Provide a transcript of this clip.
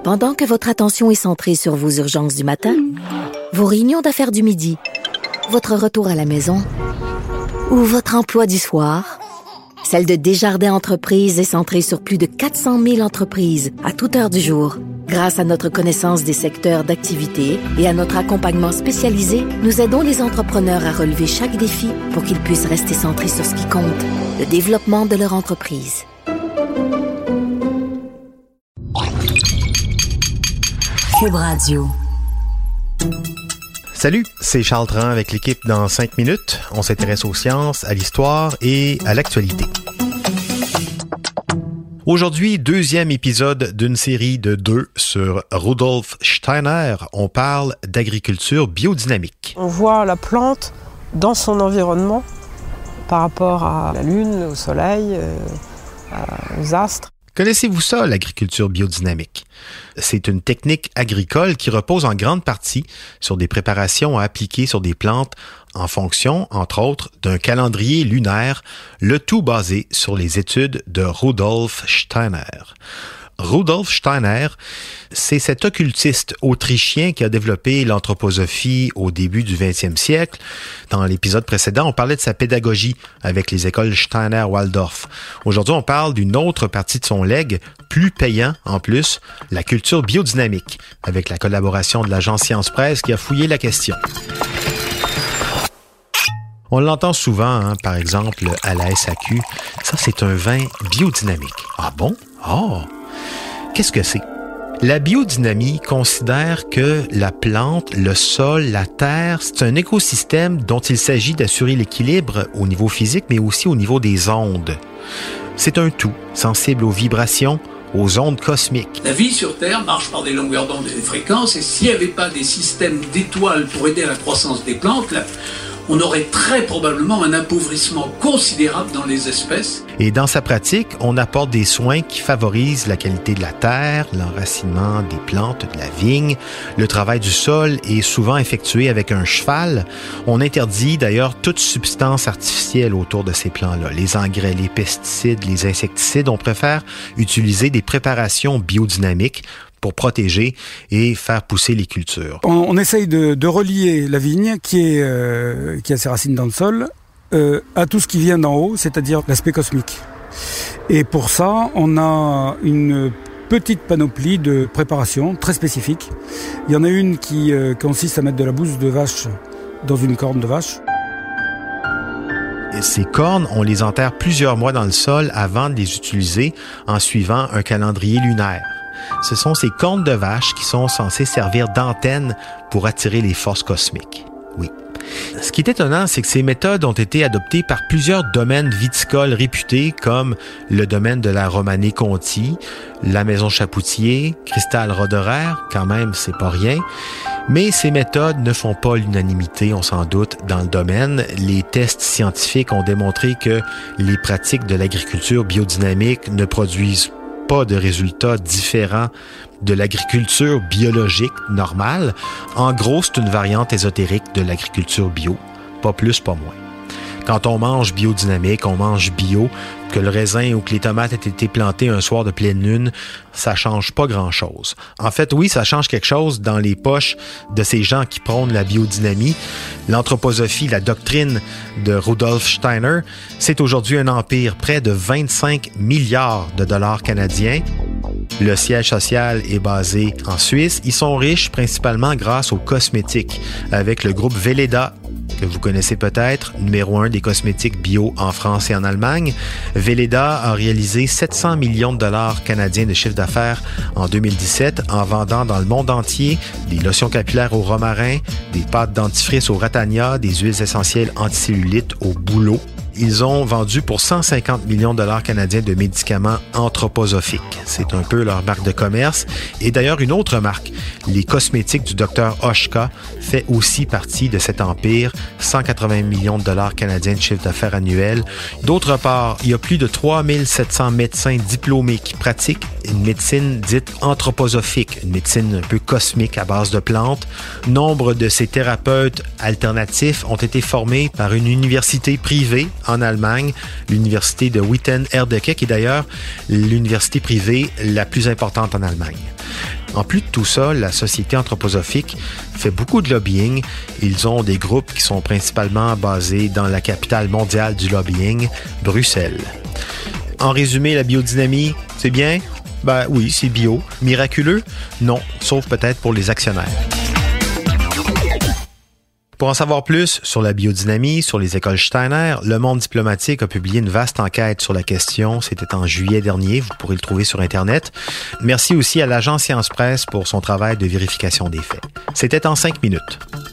Pendant que votre attention est centrée sur vos urgences du matin, vos réunions d'affaires du midi, votre retour à la maison ou votre emploi du soir, celle de Desjardins Entreprises est centrée sur plus de 400 000 entreprises à toute heure du jour. Grâce à notre connaissance des secteurs d'activité et à notre accompagnement spécialisé, nous aidons les entrepreneurs à relever chaque défi pour qu'ils puissent rester centrés sur ce qui compte, le développement de leur entreprise. Cube Radio. Salut, c'est Charles Tran avec l'équipe dans 5 minutes. On s'intéresse aux sciences, à l'histoire et à l'actualité. Aujourd'hui, 2e épisode d'une série de 2 sur Rudolf Steiner. On parle d'agriculture biodynamique. On voit la plante dans son environnement par rapport à la Lune, au Soleil, aux astres. Connaissez-vous ça, l'agriculture biodynamique? C'est une technique agricole qui repose en grande partie sur des préparations à appliquer sur des plantes en fonction, entre autres, d'un calendrier lunaire, le tout basé sur les études de Rudolf Steiner. Rudolf Steiner, c'est cet occultiste autrichien qui a développé l'anthroposophie au début du 20e siècle. Dans l'épisode précédent, on parlait de sa pédagogie avec les écoles Steiner-Waldorf. Aujourd'hui, on parle d'une autre partie de son legs, plus payant en plus, la culture biodynamique, avec la collaboration de l'agence Science Presse qui a fouillé la question. On l'entend souvent, par exemple, à la SAQ. Ça, c'est un vin biodynamique. Ah bon? Oh! Qu'est-ce que c'est? La biodynamie considère que la plante, le sol, la terre, c'est un écosystème dont il s'agit d'assurer l'équilibre au niveau physique, mais aussi au niveau des ondes. C'est un tout, sensible aux vibrations, aux ondes cosmiques. La vie sur Terre marche par des longueurs d'onde et des fréquences, et s'il n'y avait pas des systèmes d'étoiles pour aider à la croissance des plantes, on aurait très probablement un appauvrissement considérable dans les espèces. Et dans sa pratique, on apporte des soins qui favorisent la qualité de la terre, l'enracinement des plantes, de la vigne. Le travail du sol est souvent effectué avec un cheval. On interdit d'ailleurs toute substance artificielle autour de ces plants-là. Les engrais, les pesticides, les insecticides. On préfère utiliser des préparations biodynamiques pour protéger et faire pousser les cultures. On essaye de relier la vigne, qui a ses racines dans le sol, à tout ce qui vient d'en haut, c'est-à-dire l'aspect cosmique. Et pour ça, on a une petite panoplie de préparations très spécifiques. Il y en a une qui consiste à mettre de la bouse de vache dans une corne de vache. Ces cornes, on les enterre plusieurs mois dans le sol avant de les utiliser en suivant un calendrier lunaire. Ce sont ces cornes de vache qui sont censées servir d'antenne pour attirer les forces cosmiques. Oui. Ce qui est étonnant, c'est que ces méthodes ont été adoptées par plusieurs domaines viticoles réputés comme le domaine de la Romanée Conti, la Maison Chapoutier, Cristal Roderer, quand même, c'est pas rien. Mais ces méthodes ne font pas l'unanimité, on s'en doute, dans le domaine. Les tests scientifiques ont démontré que les pratiques de l'agriculture biodynamique ne produisent pas de résultats différents de l'agriculture biologique normale. En gros, c'est une variante ésotérique de l'agriculture bio. Pas plus, pas moins. Quand on mange biodynamique, on mange bio. Que le raisin ou que les tomates aient été plantées un soir de pleine lune, ça change pas grand-chose. En fait, oui, ça change quelque chose dans les poches de ces gens qui prônent la biodynamie. L'anthroposophie, la doctrine de Rudolf Steiner, c'est aujourd'hui un empire, près de 25 milliards de dollars canadiens. Le siège social est basé en Suisse. Ils sont riches principalement grâce aux cosmétiques, avec le groupe Velleda, que vous connaissez peut-être, numéro 1 des cosmétiques bio en France et en Allemagne. Velleda a réalisé 700 millions de dollars canadiens de chiffre d'affaires en 2017 en vendant dans le monde entier des lotions capillaires au romarin, des pâtes dentifrice au ratania, des huiles essentielles anticellulites au bouleau. Ils ont vendu pour 150 millions de dollars canadiens de médicaments anthroposophiques. C'est un peu leur marque de commerce. Et d'ailleurs, une autre marque, les cosmétiques du Dr Oshka, fait aussi partie de cet empire. 180 millions de dollars canadiens de chiffre d'affaires annuel. D'autre part, il y a plus de 3700 médecins diplômés qui pratiquent une médecine dite anthroposophique, une médecine un peu cosmique à base de plantes. Nombre de ces thérapeutes alternatifs ont été formés par une université privée en Allemagne, l'université de Witten-Herdecke, qui est d'ailleurs l'université privée la plus importante en Allemagne. En plus de tout ça, la Société anthroposophique fait beaucoup de lobbying. Ils ont des groupes qui sont principalement basés dans la capitale mondiale du lobbying, Bruxelles. En résumé, la biodynamie, c'est bien? Ben oui, c'est bio. Miraculeux? Non, sauf peut-être pour les actionnaires. Pour en savoir plus sur la biodynamie, sur les écoles Steiner, Le Monde diplomatique a publié une vaste enquête sur la question. C'était en juillet dernier. Vous pourrez le trouver sur Internet. Merci aussi à l'agence Science Presse pour son travail de vérification des faits. C'était en 5 minutes.